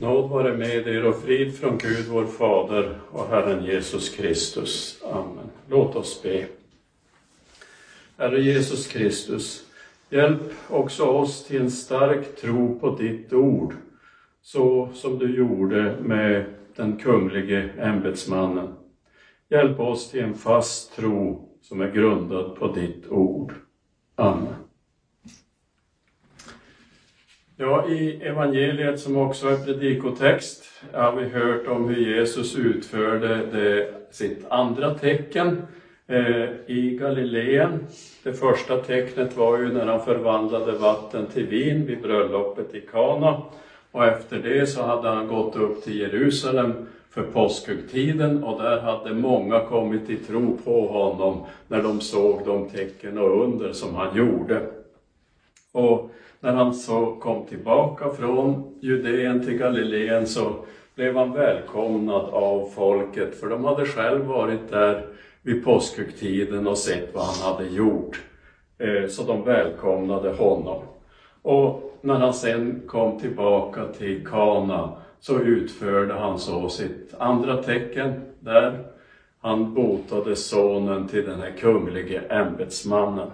Nåd vare med er och frid från Gud vår Fader och Herren Jesus Kristus. Amen. Låt oss be. Herre Jesus Kristus, hjälp också oss till en stark tro på ditt ord, så som du gjorde med den kunglige ämbetsmannen. Hjälp oss till en fast tro som är grundad på ditt ord. Amen. Ja, i evangeliet som också är predikotext har vi hört om hur Jesus utförde sitt andra tecken i Galileen. Det första tecknet var ju när han förvandlade vatten till vin vid bröllopet i Kana. Och efter det så hade han gått upp till Jerusalem för påskhögtiden, och där hade många kommit till tro på honom när de såg de tecken och under som han gjorde. Och när han så kom tillbaka från Judeen till Galileen så blev han välkomnad av folket, för de hade själv varit där vid påskhögtiden och sett vad han hade gjort. Så de välkomnade honom. Och när han sen kom tillbaka till Kana så utförde han så sitt andra tecken där. Han botade sonen till den här kunglige ämbetsmannen.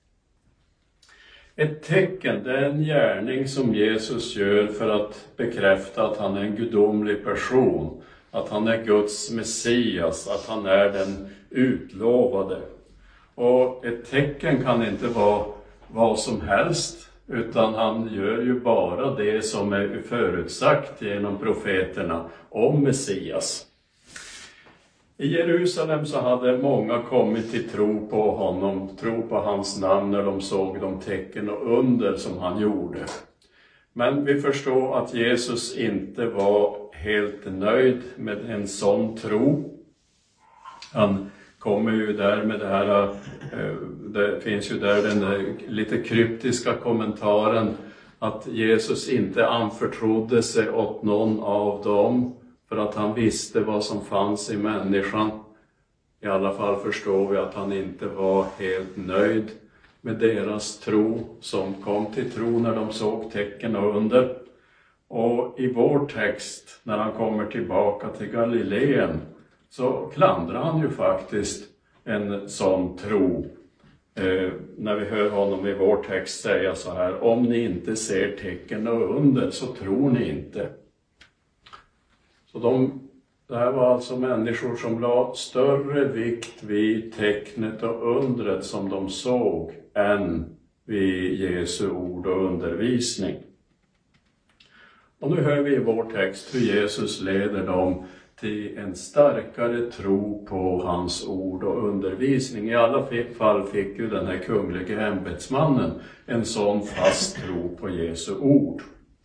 Ett tecken, det är en gärning som Jesus gör för att bekräfta att han är en gudomlig person, att han är Guds Messias, att han är den utlovade. Och ett tecken kan inte vara vad som helst, utan han gör ju bara det som är förutsagt genom profeterna om Messias. I Jerusalem så hade många kommit till tro på honom, tro på hans namn när de såg de tecken och under som han gjorde. Men vi förstår att Jesus inte var helt nöjd med en sån tro. Han kommer ju där med det här, det finns ju där den där lite kryptiska kommentaren att Jesus inte anförtrodde sig åt någon av dem, för att han visste vad som fanns i människan. I alla fall förstår vi att han inte var helt nöjd med deras tro som kom till tro när de såg tecken och under. Och i vår text, när han kommer tillbaka till Galileen, så klandrar han ju faktiskt en sån tro. När vi hör honom i vår text säga så här: om ni inte ser tecken och under så tror ni inte. Så det här var alltså människor som la större vikt vid tecknet och undret som de såg än vid Jesu ord och undervisning. Och nu hör vi i vår text hur Jesus leder dem till en starkare tro på hans ord och undervisning. I alla fall fick ju den här kunglige ämbetsmannen en sån fast tro på Jesu ord.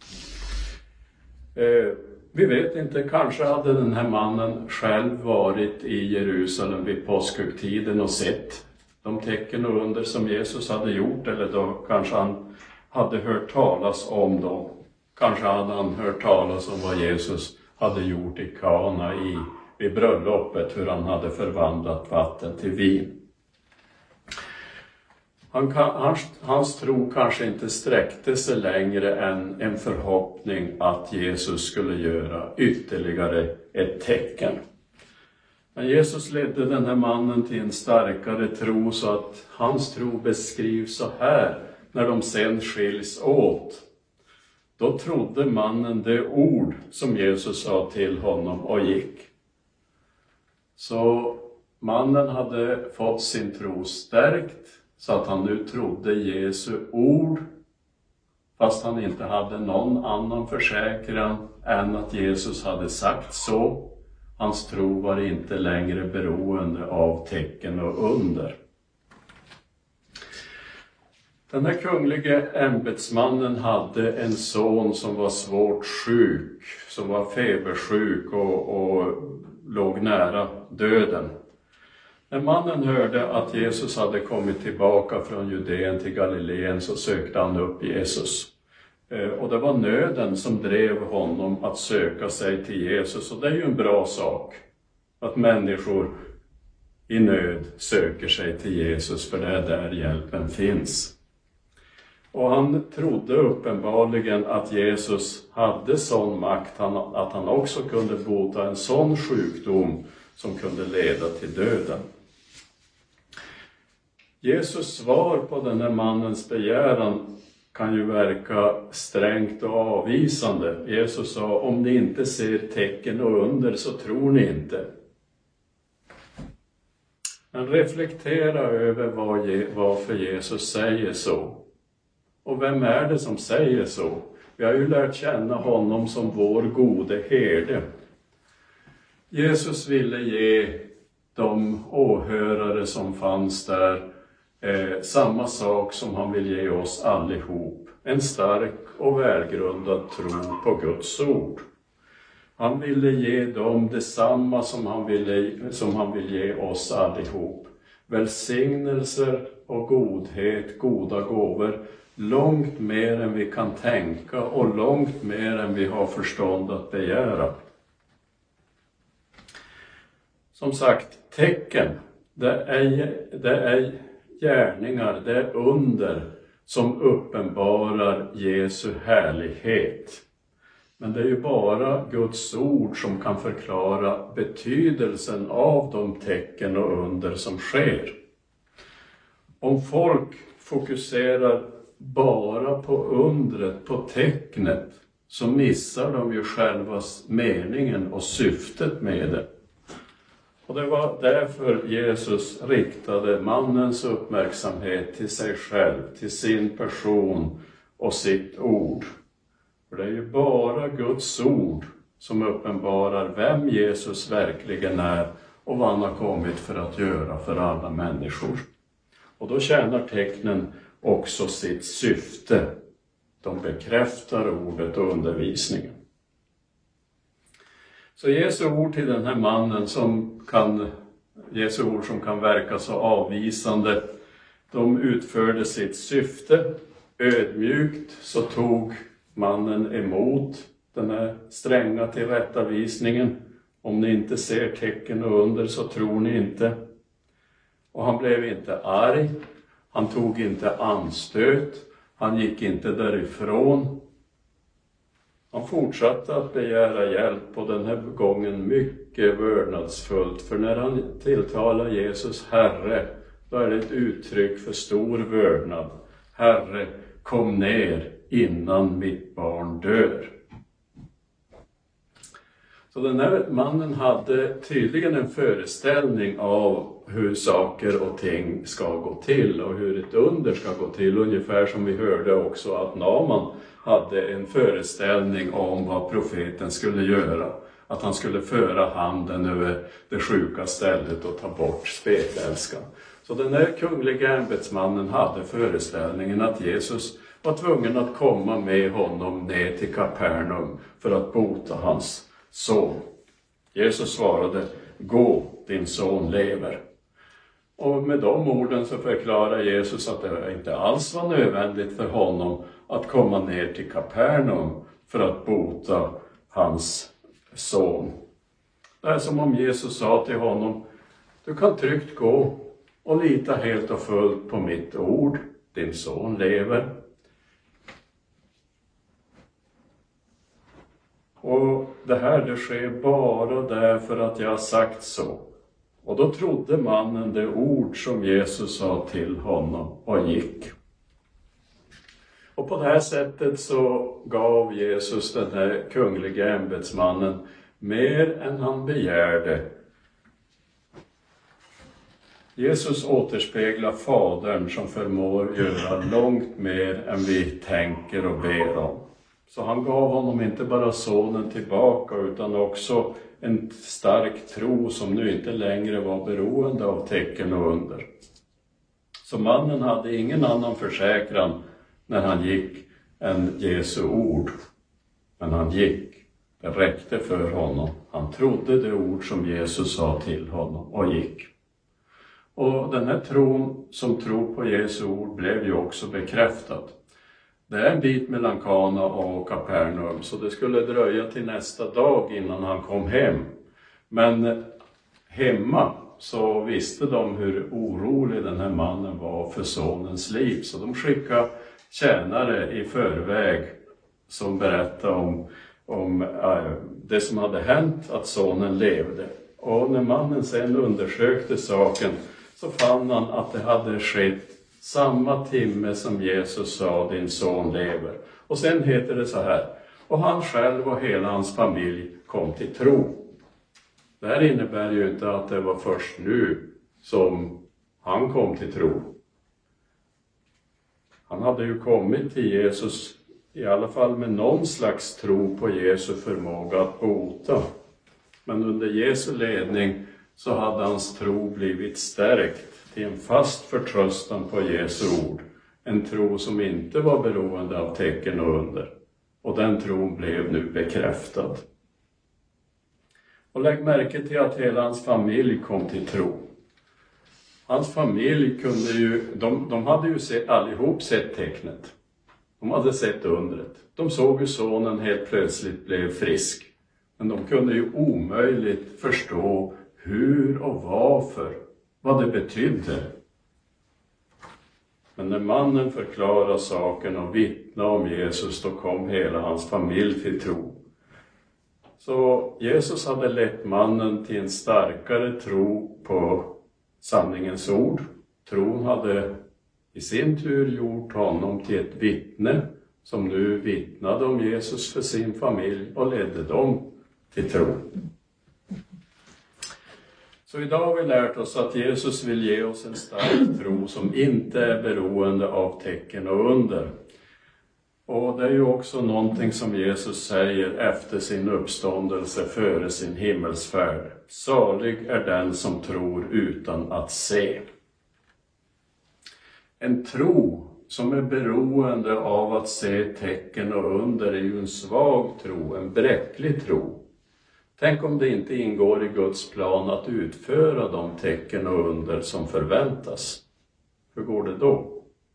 Vi vet inte, kanske hade den här mannen själv varit i Jerusalem vid påskhögtiden och sett de tecken och under som Jesus hade gjort, eller då kanske han hade hört talas om dem. Kanske hade han hört talas om vad Jesus hade gjort i Kana vid bröllopet, hur han hade förvandlat vatten till vin. Hans tro kanske inte sträckte sig längre än en förhoppning att Jesus skulle göra ytterligare ett tecken. Men Jesus ledde den här mannen till en starkare tro, så att hans tro beskrivs så här när de sen skiljs åt. Då trodde mannen det ord som Jesus sa till honom och gick. Så mannen hade fått sin tro stärkt, så att han nu trodde Jesu ord, fast han inte hade någon annan försäkran än att Jesus hade sagt så. Hans tro var inte längre beroende av tecken och under. Den här kunglige ämbetsmannen hade en son som var svårt sjuk, som var febersjuk och låg nära döden. När mannen hörde att Jesus hade kommit tillbaka från Judeen till Galileen så sökte han upp Jesus. Och det var nöden som drev honom att söka sig till Jesus. Och det är ju en bra sak att människor i nöd söker sig till Jesus, för det är där hjälpen finns. Och han trodde uppenbarligen att Jesus hade sån makt att han också kunde bota en sån sjukdom som kunde leda till döden. Jesus svar på den här mannens begäran kan ju verka strängt och avvisande. Jesus sa, om ni inte ser tecken och under så tror ni inte. Men reflektera över varför Jesus säger så. Och vem är det som säger så? Vi har ju lärt känna honom som vår gode herde. Jesus ville ge de åhörare som fanns där samma sak som han vill ge oss allihop. En stark och välgrundad tro på Guds ord. Han ville ge dem detsamma som han vill ge oss allihop. Välsignelser och godhet, goda gåvor, långt mer än vi kan tänka och långt mer än vi har förstånd att begära. Som sagt, tecken, det är gärningar, det är under som uppenbarar Jesu härlighet. Men det är ju bara Guds ord som kan förklara betydelsen av de tecken och under som sker. Om folk fokuserar bara på undret, på tecknet, så missar de ju själva meningen och syftet med det. Och det var därför Jesus riktade mannens uppmärksamhet till sig själv, till sin person och sitt ord. För det är ju bara Guds ord som uppenbarar vem Jesus verkligen är och vad han har kommit för att göra för alla människor. Och då tjänar tecknen också sitt syfte. De bekräftar ordet och undervisningen. Så Jesu ord till den här mannen Jesu ord som kan verka så avvisande, de utförde sitt syfte. Ödmjukt så tog mannen emot den här stränga tillrättavisningen. Om ni inte ser tecken och under så tror ni inte. Och han blev inte arg. Han tog inte anstöt. Han gick inte därifrån. Han fortsatte att begära hjälp och den här gången mycket vördnadsfullt. För när han tilltalar Jesus Herre, då är det ett uttryck för stor vördnad. Herre, kom ner innan mitt barn dör. Så den här mannen hade tydligen en föreställning av hur saker och ting ska gå till och hur ett under ska gå till. Ungefär som vi hörde också att Naaman hade en föreställning om vad profeten skulle göra. Att han skulle föra handen över det sjuka stället och ta bort spetälskan. Så den här kungliga ämbetsmannen hade föreställningen att Jesus var tvungen att komma med honom ner till Kapernaum för att bota hans son. Jesus svarade, gå, din son lever. Och med de orden så förklarar Jesus att det inte alls var nödvändigt för honom att komma ner till Kapernaum för att bota hans son. Det är som om Jesus sa till honom, du kan tryggt gå och lita helt och fullt på mitt ord, din son lever. Och det här sker bara därför att jag har sagt så. Och då trodde mannen det ord som Jesus sa till honom och gick. Och på det här sättet så gav Jesus den här kungliga ämbetsmannen mer än han begärde. Jesus återspeglar Fadern som förmår göra långt mer än vi tänker och ber om. Så han gav honom inte bara sonen tillbaka utan också en stark tro som nu inte längre var beroende av tecken och under. Så mannen hade ingen annan försäkran när han gick än Jesu ord. Men han gick. Det räckte för honom. Han trodde det ord som Jesus sa till honom och gick. Och den här tron som tror på Jesu ord blev ju också bekräftad. Det är en bit mellan Kana och Kapernaum så det skulle dröja till nästa dag innan han kom hem. Men hemma så visste de hur orolig den här mannen var för sonens liv. Så de skickade tjänare i förväg som berättade om det som hade hänt, att sonen levde. Och när mannen sen undersökte saken så fann han att det hade skett samma timme som Jesus sa, din son lever. Och sen heter det så här: och han själv och hela hans familj kom till tro. Det här innebär ju inte att det var först nu som han kom till tro. Han hade ju kommit till Jesus i alla fall med någon slags tro på Jesu förmåga att bota. Men under Jesu ledning så hade hans tro blivit stärkt till en fast förtröstan på Jesu ord. En tro som inte var beroende av tecken och under. Och den tron blev nu bekräftad. Och lägg märke till att hela hans familj kom till tro. Hans familj kunde ju, de hade ju allihop sett tecknet. De hade sett undret. De såg hur sonen helt plötsligt blev frisk. Men de kunde ju omöjligt förstå hur och varför, vad det betydde. Men när mannen förklarade saken och vittnade om Jesus, då kom hela hans familj till tro. Så Jesus hade lett mannen till en starkare tro på sanningens ord. Tron hade i sin tur gjort honom till ett vittne som nu vittnade om Jesus för sin familj och ledde dem till tro. Så idag har vi lärt oss att Jesus vill ge oss en stark tro som inte är beroende av tecken och under. Och det är ju också någonting som Jesus säger efter sin uppståndelse före sin himmelsfärd. Salig är den som tror utan att se. En tro som är beroende av att se tecken och under är ju en svag tro, en bräcklig tro. Tänk om det inte ingår i Guds plan att utföra de tecken och under som förväntas. Hur går det då?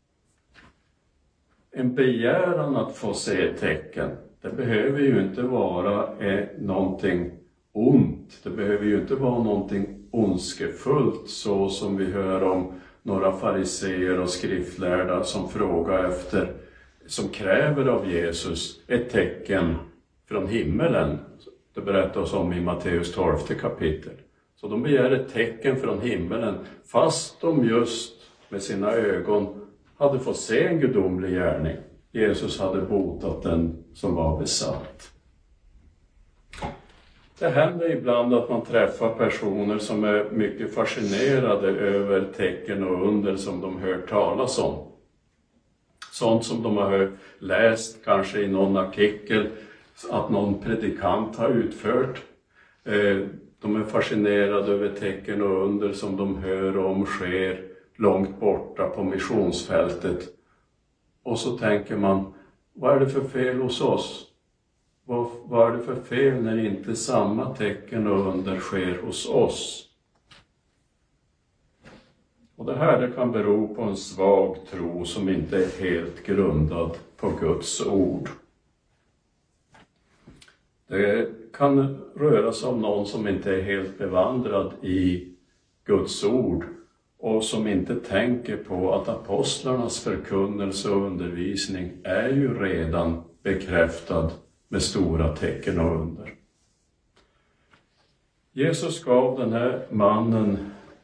En begäran att få se tecken, det behöver ju inte vara någonting ont. Det behöver ju inte vara någonting ondskefullt, så som vi hör om några fariseer och skriftlärda som frågar efter, som kräver av Jesus ett tecken från himmelen. Det berättas om i Matteus 12 kapitel. Så de begär ett tecken från himmelen, fast de just med sina ögon hade fått se en gudomlig gärning. Jesus hade botat den som var besatt. Det händer ibland att man träffar personer som är mycket fascinerade över tecken och under som de hört talas om. Sånt som de har läst kanske i någon artikel att någon predikant har utfört. De är fascinerade över tecken och under som de hör om sker långt borta på missionsfältet. Och så tänker man, vad är det för fel hos oss? Vad är det för fel när inte samma tecken och under sker hos oss? Och det här kan bero på en svag tro som inte är helt grundad på Guds ord. Det kan röra sig om någon som inte är helt bevandrad i Guds ord och som inte tänker på att apostlarnas förkunnelse och undervisning är ju redan bekräftad med stora tecken och under. Jesus gav den här mannen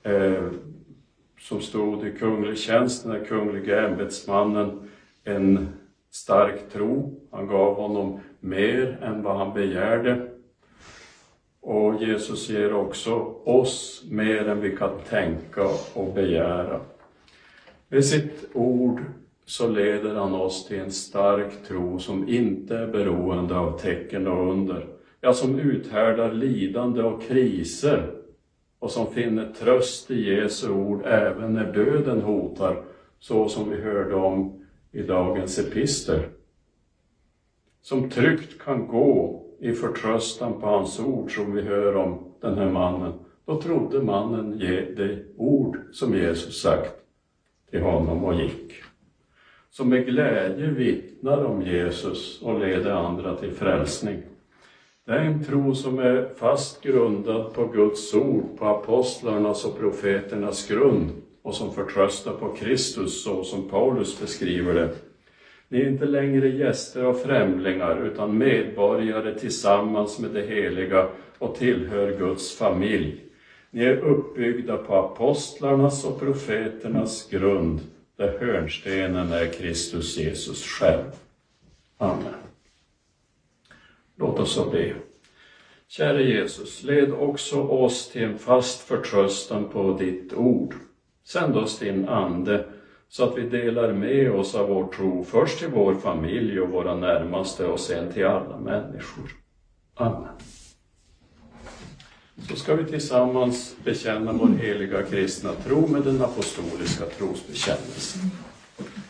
som stod i kunglig tjänst, den kungliga ämbetsmannen, en stark tro. Han gav honom mer än vad han begärde. Och Jesus ger också oss mer än vi kan tänka och begära. Med sitt ord så leder han oss till en stark tro som inte är beroende av tecken och under. Ja, som uthärdar lidande och kriser och som finner tröst i Jesu ord även när döden hotar, så som vi hörde om i dagens epistel. Som tryggt kan gå i förtröstan på hans ord, som vi hör om den här mannen. Då trodde mannen det ord som Jesus sagt till honom och gick. Som med glädje vittnar om Jesus och leder andra till frälsning. Det är en tro som är fast grundad på Guds ord, på apostlarnas och profeternas grund och som förtröstar på Kristus, så som Paulus beskriver det. Ni är inte längre gäster och främlingar utan medborgare tillsammans med det heliga och tillhör Guds familj. Ni är uppbyggda på apostlarnas och profeternas grund, där hörnstenen är Kristus Jesus själv. Amen. Låt oss så be. Käre Jesus, led också oss till en fast förtröstan på ditt ord. Sänd oss din ande så att vi delar med oss av vår tro, först till vår familj och våra närmaste och sen till alla människor. Amen. Så ska vi tillsammans bekänna vår heliga kristna tro med den apostoliska trosbekännelsen.